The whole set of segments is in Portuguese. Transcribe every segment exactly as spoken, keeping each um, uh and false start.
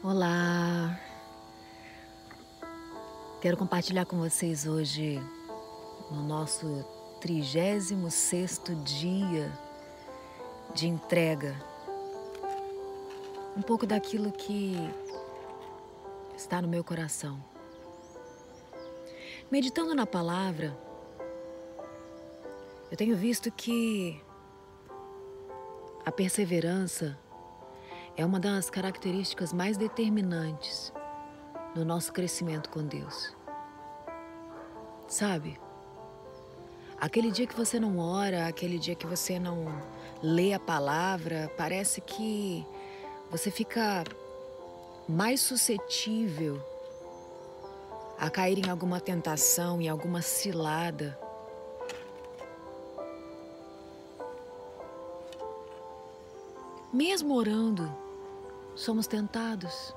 Olá! Quero compartilhar com vocês hoje, no nosso trigésimo sexto dia de entrega, um pouco daquilo que está no meu coração. Meditando na palavra, eu tenho visto que a perseverança é uma das características mais determinantes no nosso crescimento com Deus. Sabe? Aquele dia que você não ora, aquele dia que você não lê a palavra, parece que você fica mais suscetível a cair em alguma tentação, em alguma cilada. Mesmo orando, somos tentados.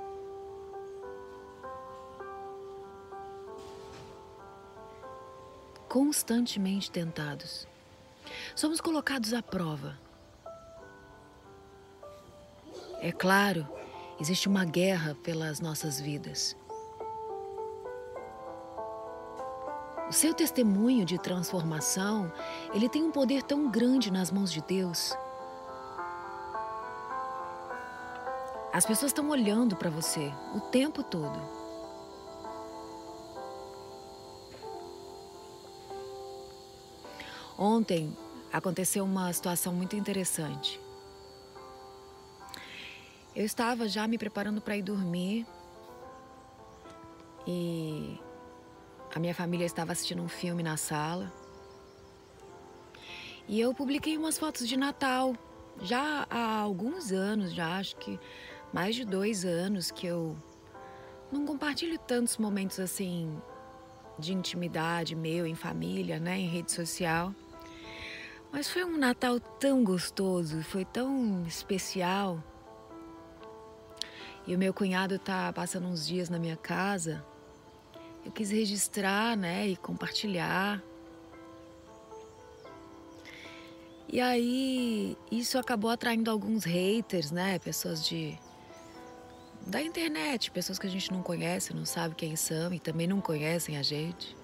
Constantemente tentados. Somos colocados à prova. É claro, existe uma guerra pelas nossas vidas. O seu testemunho de transformação, ele tem um poder tão grande nas mãos de Deus. As pessoas estão olhando para você o tempo todo. Ontem aconteceu uma situação muito interessante. Eu estava já me preparando para ir dormir e a minha família estava assistindo um filme na sala. E eu publiquei umas fotos de Natal, já há alguns anos, já acho que mais de dois anos que eu não compartilho tantos momentos assim de intimidade meu em família, né, em rede social. Mas foi um Natal tão gostoso, foi tão especial. E o meu cunhado tá passando uns dias na minha casa. Eu quis registrar, né, e compartilhar. E aí, isso acabou atraindo alguns haters, né, pessoas de da internet, pessoas que a gente não conhece, não sabe quem são e também não conhecem a gente.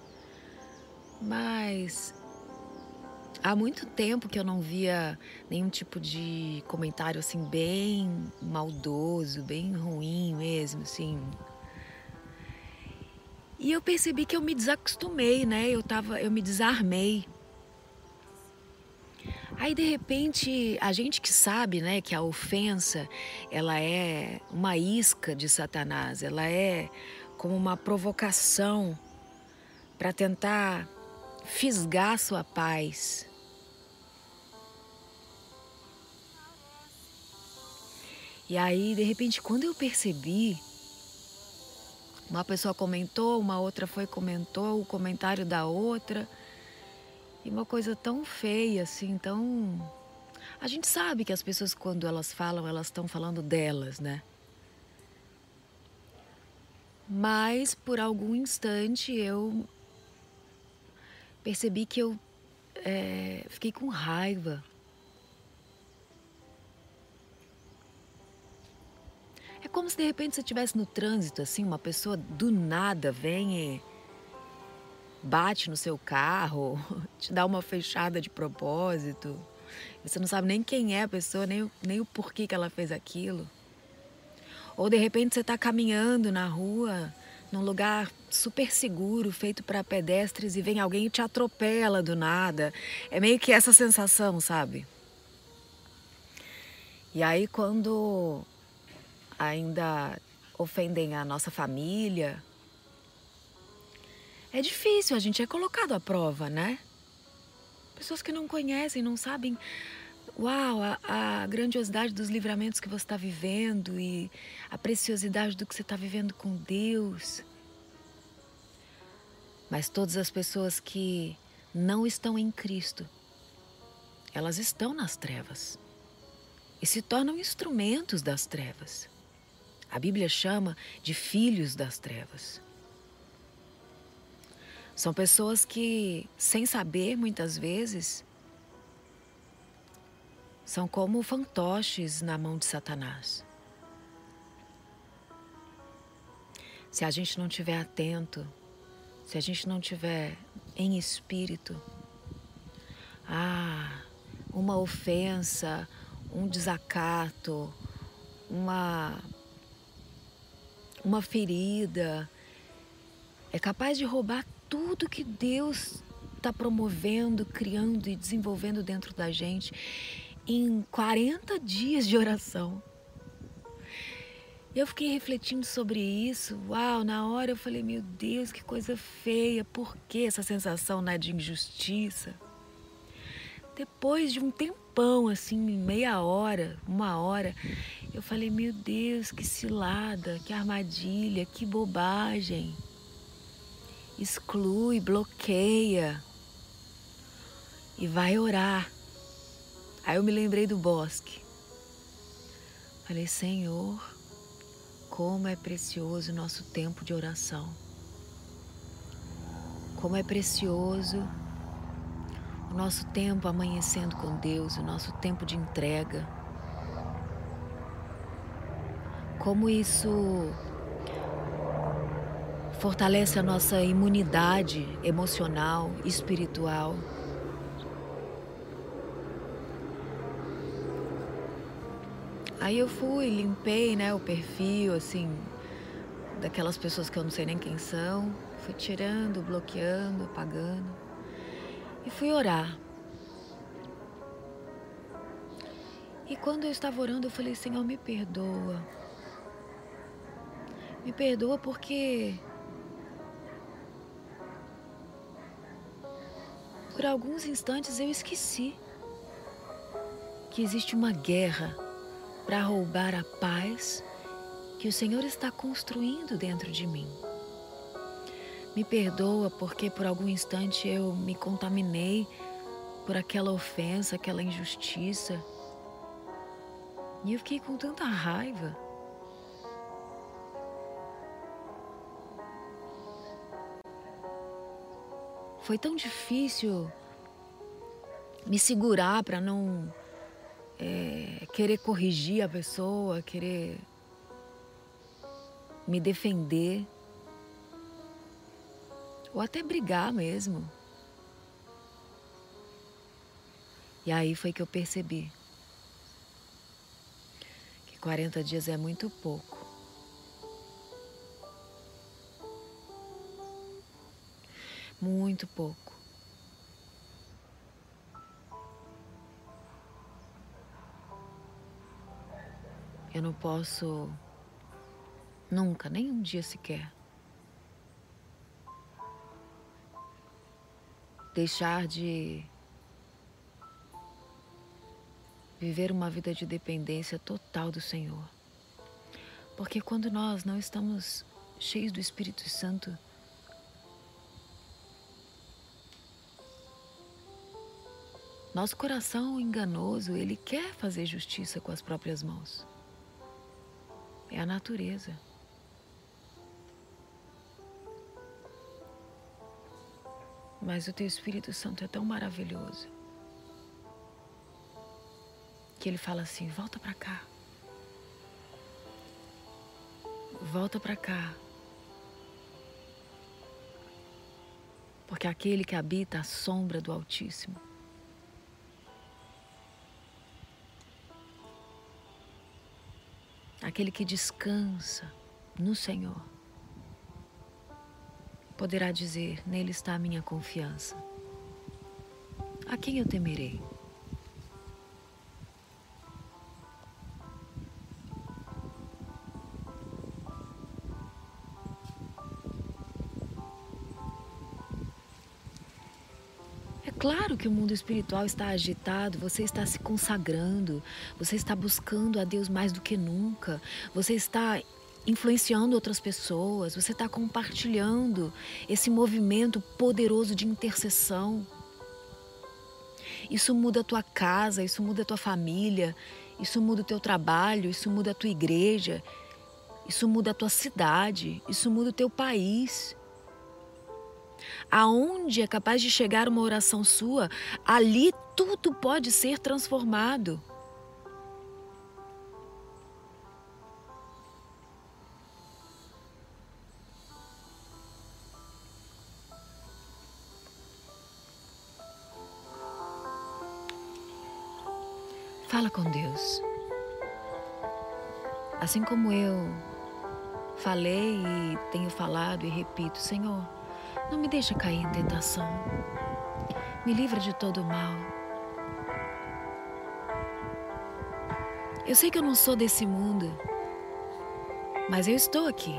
Mas há muito tempo que eu não via nenhum tipo de comentário assim bem maldoso, bem ruim mesmo, assim. E eu percebi que eu me desacostumei, né? Eu tava, eu me desarmei. Aí de repente, a gente que sabe, né, que a ofensa, ela é uma isca de Satanás, ela é como uma provocação para tentar fisgar sua paz. E aí, de repente, quando eu percebi, uma pessoa comentou, uma outra foi comentou, o comentário da outra, e uma coisa tão feia, assim, tão... A gente sabe que as pessoas, quando elas falam, elas estão falando delas, né? Mas, por algum instante, eu percebi que eu é, fiquei com raiva. É como se, de repente, você estivesse no trânsito, assim, uma pessoa do nada vem e bate no seu carro, te dá uma fechada de propósito. Você não sabe nem quem é a pessoa, nem o, nem o porquê que ela fez aquilo. Ou de repente você está caminhando na rua, num lugar super seguro, feito para pedestres, e vem alguém e te atropela do nada. É meio que essa sensação, sabe? E aí quando ainda ofendem a nossa família, é difícil, a gente é colocado à prova, né? Pessoas que não conhecem, não sabem, uau, a, a grandiosidade dos livramentos que você está vivendo e a preciosidade do que você está vivendo com Deus. Mas todas as pessoas que não estão em Cristo, elas estão nas trevas e se tornam instrumentos das trevas. A Bíblia chama de filhos das trevas. São pessoas que, sem saber, muitas vezes, são como fantoches na mão de Satanás. se a gente não estiver atento, se a gente não estiver em espírito, ah, uma ofensa, um desacato, uma, uma ferida, é capaz de roubar tudo que Deus está promovendo, criando e desenvolvendo dentro da gente em quarenta dias de oração. Eu fiquei refletindo sobre isso. Uau, na hora eu falei, meu Deus, que coisa feia. Por que essa sensação, né, de injustiça? Depois de um tempão, assim, meia hora, uma hora, eu falei, meu Deus, que cilada, que armadilha, que bobagem. Exclui, bloqueia e vai orar. Aí eu me lembrei do bosque. Falei, Senhor, como é precioso o nosso tempo de oração. Como é precioso o nosso tempo amanhecendo com Deus, o nosso tempo de entrega. Como isso fortalece a nossa imunidade emocional, espiritual. Aí eu fui, limpei, né, o perfil, assim, daquelas pessoas que eu não sei nem quem são. Fui tirando, bloqueando, apagando. E fui orar. E quando eu estava orando, eu falei, Senhor, me perdoa. Me perdoa porque por alguns instantes eu esqueci que existe uma guerra para roubar a paz que o Senhor está construindo dentro de mim. Me perdoa porque por algum instante eu me contaminei por aquela ofensa, aquela injustiça. E eu fiquei com tanta raiva. Foi tão difícil me segurar para não é, querer corrigir a pessoa, querer me defender, ou até brigar mesmo. E aí foi que eu percebi que quarenta dias é muito pouco. Muito pouco. Eu não posso nunca, nem um dia sequer, deixar de viver uma vida de dependência total do Senhor. Porque quando nós não estamos cheios do Espírito Santo, nosso coração enganoso, ele quer fazer justiça com as próprias mãos. É a natureza. Mas o teu Espírito Santo é tão maravilhoso que ele fala assim, volta pra cá. Volta pra cá. Porque aquele que habita a sombra do Altíssimo aquele que descansa no Senhor, poderá dizer, nele está a minha confiança. A quem eu temerei? É claro que o mundo espiritual está agitado, você está se consagrando, você está buscando a Deus mais do que nunca, você está influenciando outras pessoas, você está compartilhando esse movimento poderoso de intercessão. Isso muda a tua casa, isso muda a tua família, isso muda o teu trabalho, isso muda a tua igreja, isso muda a tua cidade, isso muda o teu país. Aonde é capaz de chegar uma oração sua, ali tudo pode ser transformado. Fala com Deus. Assim como eu falei e tenho falado e repito, Senhor, não me deixa cair em tentação. Me livra de todo o mal. Eu sei que eu não sou desse mundo, mas eu estou aqui.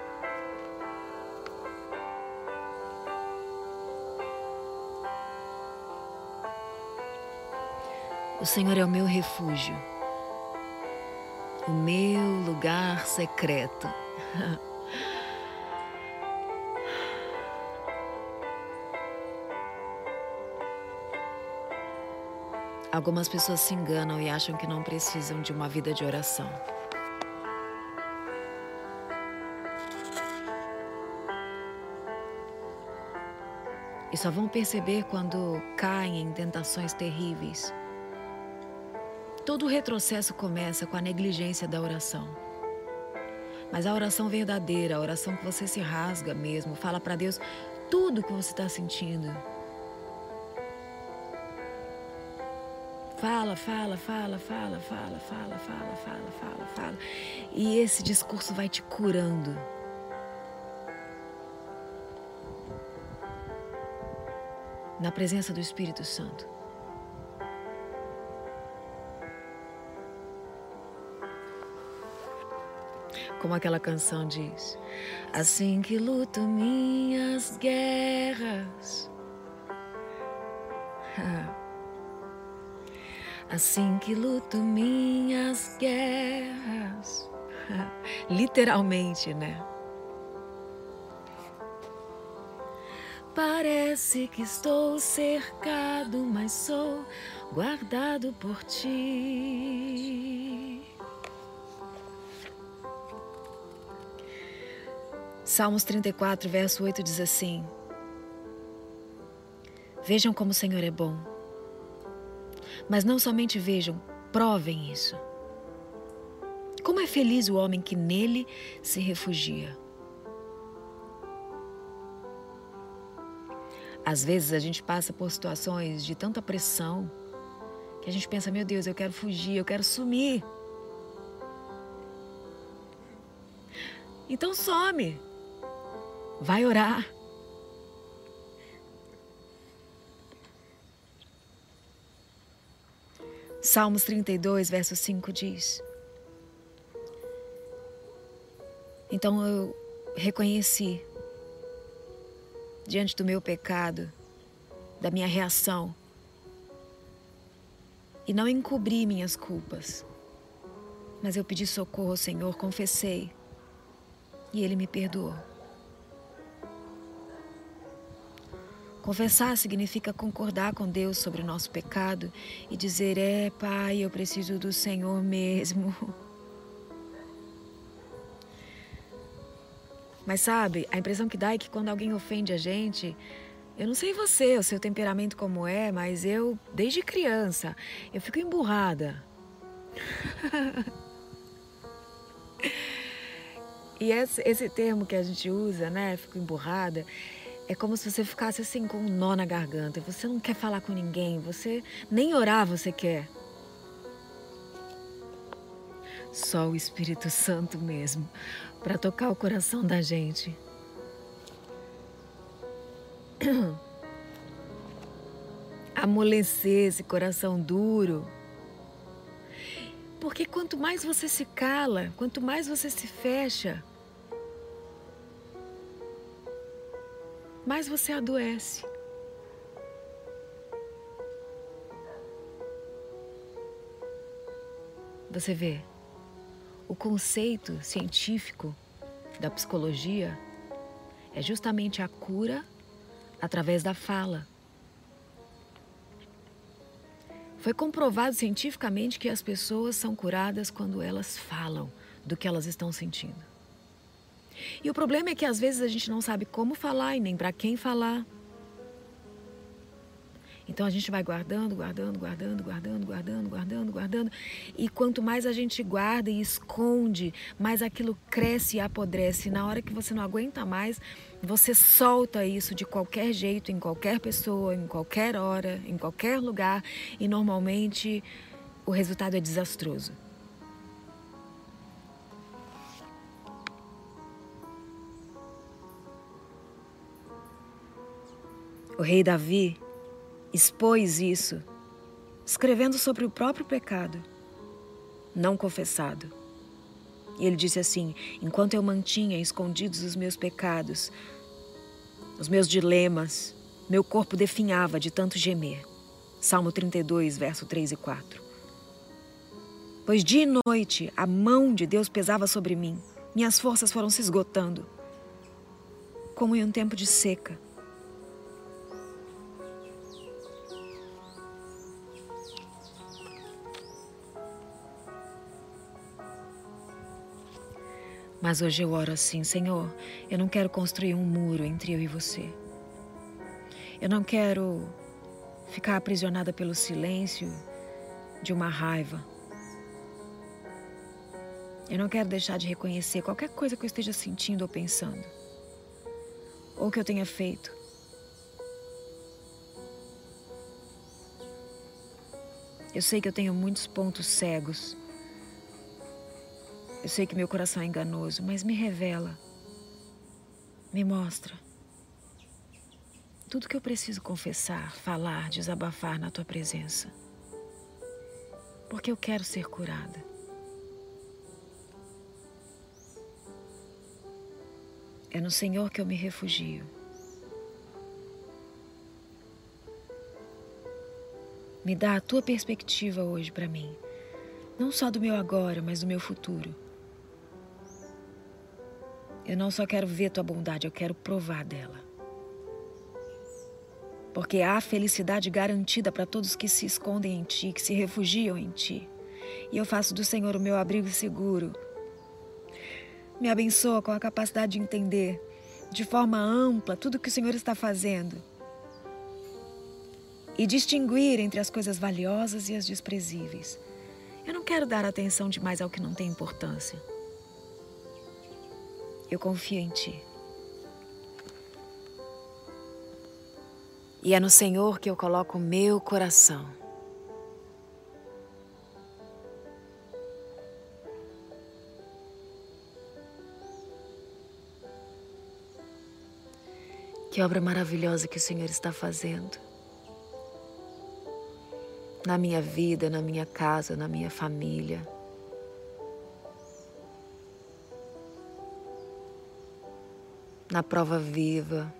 O Senhor é o meu refúgio, o meu lugar secreto. Algumas pessoas se enganam e acham que não precisam de uma vida de oração. E só vão perceber quando caem em tentações terríveis. Todo retrocesso começa com a negligência da oração. Mas a oração verdadeira, a oração que você se rasga mesmo, fala para Deus tudo que você está sentindo. Fala, fala, fala, fala, fala, fala, fala, fala, fala, fala. E esse discurso vai te curando. Na presença do Espírito Santo. Como aquela canção diz: assim que luto minhas guerras, assim que luto minhas guerras, literalmente, né? Parece que estou cercado, mas sou guardado por ti. Salmos trinta e quatro, verso oito diz assim: vejam como o Senhor é bom. Mas não somente vejam, provem isso. Como é feliz o homem que nele se refugia. Às vezes a gente passa por situações de tanta pressão que a gente pensa, meu Deus, eu quero fugir, eu quero sumir. Então some. Vai orar. Salmos trinta e dois, verso cinco diz: então eu reconheci diante do meu pecado, da minha reação, e não encobri minhas culpas, mas eu pedi socorro ao Senhor, confessei, e Ele me perdoou. Confessar significa concordar com Deus sobre o nosso pecado e dizer, é, Pai, eu preciso do Senhor mesmo. Mas sabe, a impressão que dá é que quando alguém ofende a gente, eu não sei você, o seu temperamento como é, mas eu, desde criança, eu fico emburrada. E esse, esse termo que a gente usa, né, fico emburrada, é como se você ficasse assim com um nó na garganta. Você não quer falar com ninguém, você nem orar você quer. Só o Espírito Santo mesmo, para tocar o coração da gente. Amolecer esse coração duro. Porque quanto mais você se cala, quanto mais você se fecha, mais você adoece. Você vê, o conceito científico da psicologia é justamente a cura através da fala. Foi comprovado cientificamente que as pessoas são curadas quando elas falam do que elas estão sentindo. E o problema é que às vezes a gente não sabe como falar e nem para quem falar. Então a gente vai guardando, guardando, guardando, guardando, guardando, guardando, guardando. E quanto mais a gente guarda e esconde, mais aquilo cresce e apodrece. E na hora que você não aguenta mais, você solta isso de qualquer jeito, em qualquer pessoa, em qualquer hora, em qualquer lugar. E normalmente o resultado é desastroso. O rei Davi expôs isso, escrevendo sobre o próprio pecado, não confessado. E ele disse assim: enquanto eu mantinha escondidos os meus pecados, os meus dilemas, meu corpo definhava de tanto gemer. Salmo trinta e dois, verso três e quatro. Pois dia e noite a mão de Deus pesava sobre mim, minhas forças foram se esgotando, como em um tempo de seca. Mas hoje eu oro assim: Senhor, eu não quero construir um muro entre eu e você. Eu não quero ficar aprisionada pelo silêncio de uma raiva. Eu não quero deixar de reconhecer qualquer coisa que eu esteja sentindo ou pensando, ou que eu tenha feito. Eu sei que eu tenho muitos pontos cegos. Eu sei que meu coração é enganoso, mas me revela, me mostra tudo que eu preciso confessar, falar, desabafar na tua presença. Porque eu quero ser curada. É no Senhor que eu me refugio. Me dá a tua perspectiva hoje para mim, não só do meu agora, mas do meu futuro. Eu não só quero ver tua bondade, eu quero provar dela. Porque há felicidade garantida para todos que se escondem em ti, que se refugiam em ti. E eu faço do Senhor o meu abrigo seguro. Me abençoa com a capacidade de entender de forma ampla tudo que o Senhor está fazendo. E distinguir entre as coisas valiosas e as desprezíveis. Eu não quero dar atenção demais ao que não tem importância. Eu confio em ti. E é no Senhor que eu coloco o meu coração. Que obra maravilhosa que o Senhor está fazendo. Na minha vida, na minha casa, na minha família. Na prova viva.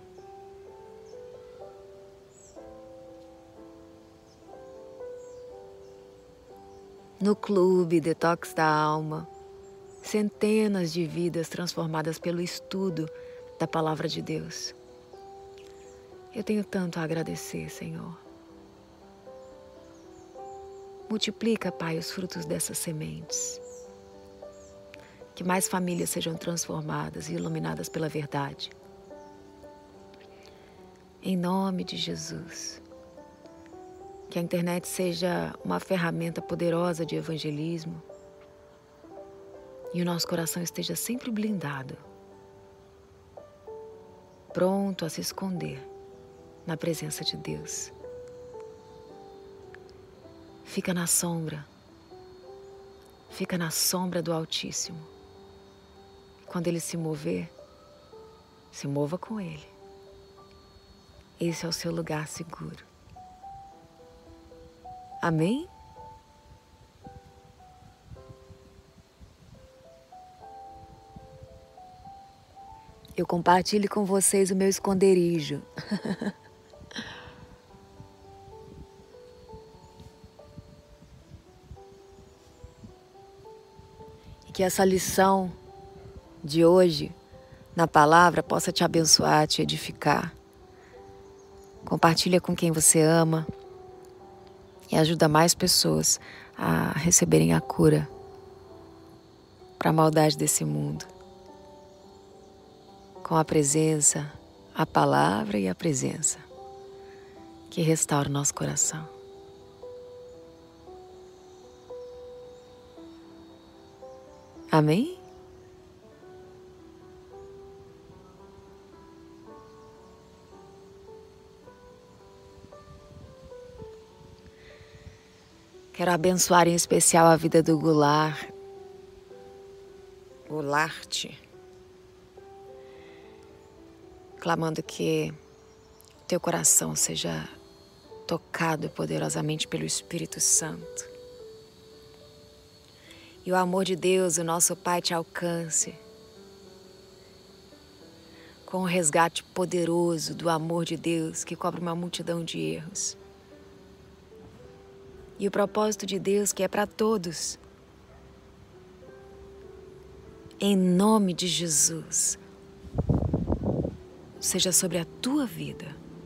No clube Detox da Alma, centenas de vidas transformadas pelo estudo da Palavra de Deus. Eu tenho tanto a agradecer, Senhor. Multiplica, Pai, os frutos dessas sementes. Que mais famílias sejam transformadas e iluminadas pela verdade. Em nome de Jesus. Que a internet seja uma ferramenta poderosa de evangelismo e o nosso coração esteja sempre blindado, pronto a se esconder na presença de Deus. Fica na sombra, fica na sombra do Altíssimo. Quando Ele se mover, se mova com Ele. Esse é o seu lugar seguro. Amém? Eu compartilho com vocês o meu esconderijo. E que essa lição de hoje, na palavra, possa te abençoar, te edificar. Compartilha com quem você ama e ajuda mais pessoas a receberem a cura para a maldade desse mundo. Com a presença, a palavra e a presença que restaura o nosso coração. Amém? Quero abençoar em especial a vida do Goulart. Goulart. Clamando que teu coração seja tocado poderosamente pelo Espírito Santo. E o amor de Deus, o nosso Pai, te alcance com o resgate poderoso do amor de Deus que cobre uma multidão de erros. E o propósito de Deus que é para todos. Em nome de Jesus, seja sobre a tua vida,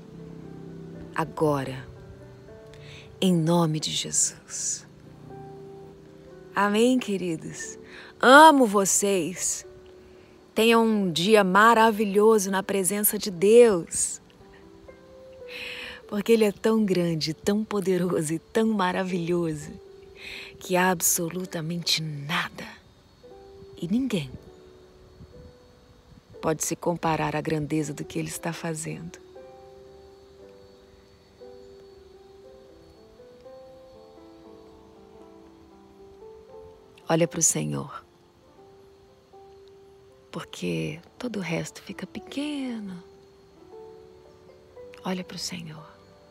agora, em nome de Jesus. Amém, queridos? Amo vocês. Tenham um dia maravilhoso na presença de Deus. Porque Ele é tão grande, tão poderoso e tão maravilhoso que absolutamente nada e ninguém pode se comparar à grandeza do que Ele está fazendo. Olha para o Senhor, porque todo o resto fica pequeno. Olha para o Senhor.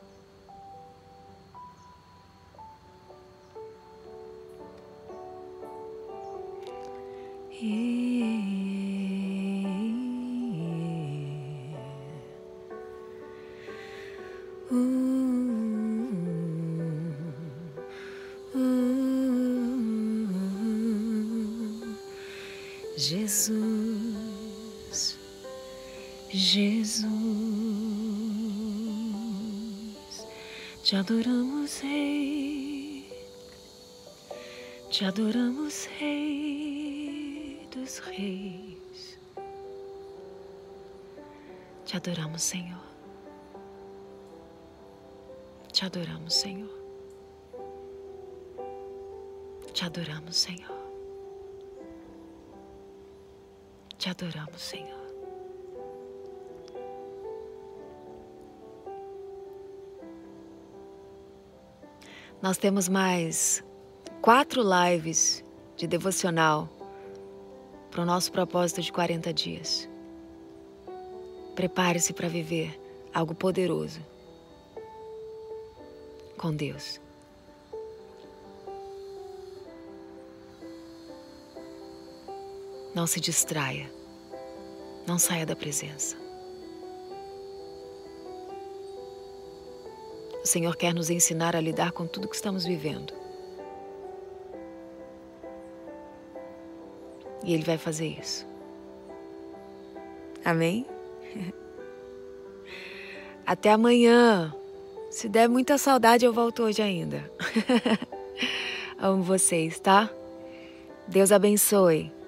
Jesus, Jesus, te adoramos, Rei, te adoramos, Rei dos Reis, te adoramos, Senhor, te adoramos, Senhor, te adoramos, Senhor. Te adoramos, Senhor. Nós temos mais quatro lives de devocional para o nosso propósito de quarenta dias. Prepare-se para viver algo poderoso com Deus. Não se distraia. Não saia da presença. O Senhor quer nos ensinar a lidar com tudo que estamos vivendo. E Ele vai fazer isso. Amém? Até amanhã. Se der muita saudade, eu volto hoje ainda. Amo vocês, tá? Deus abençoe.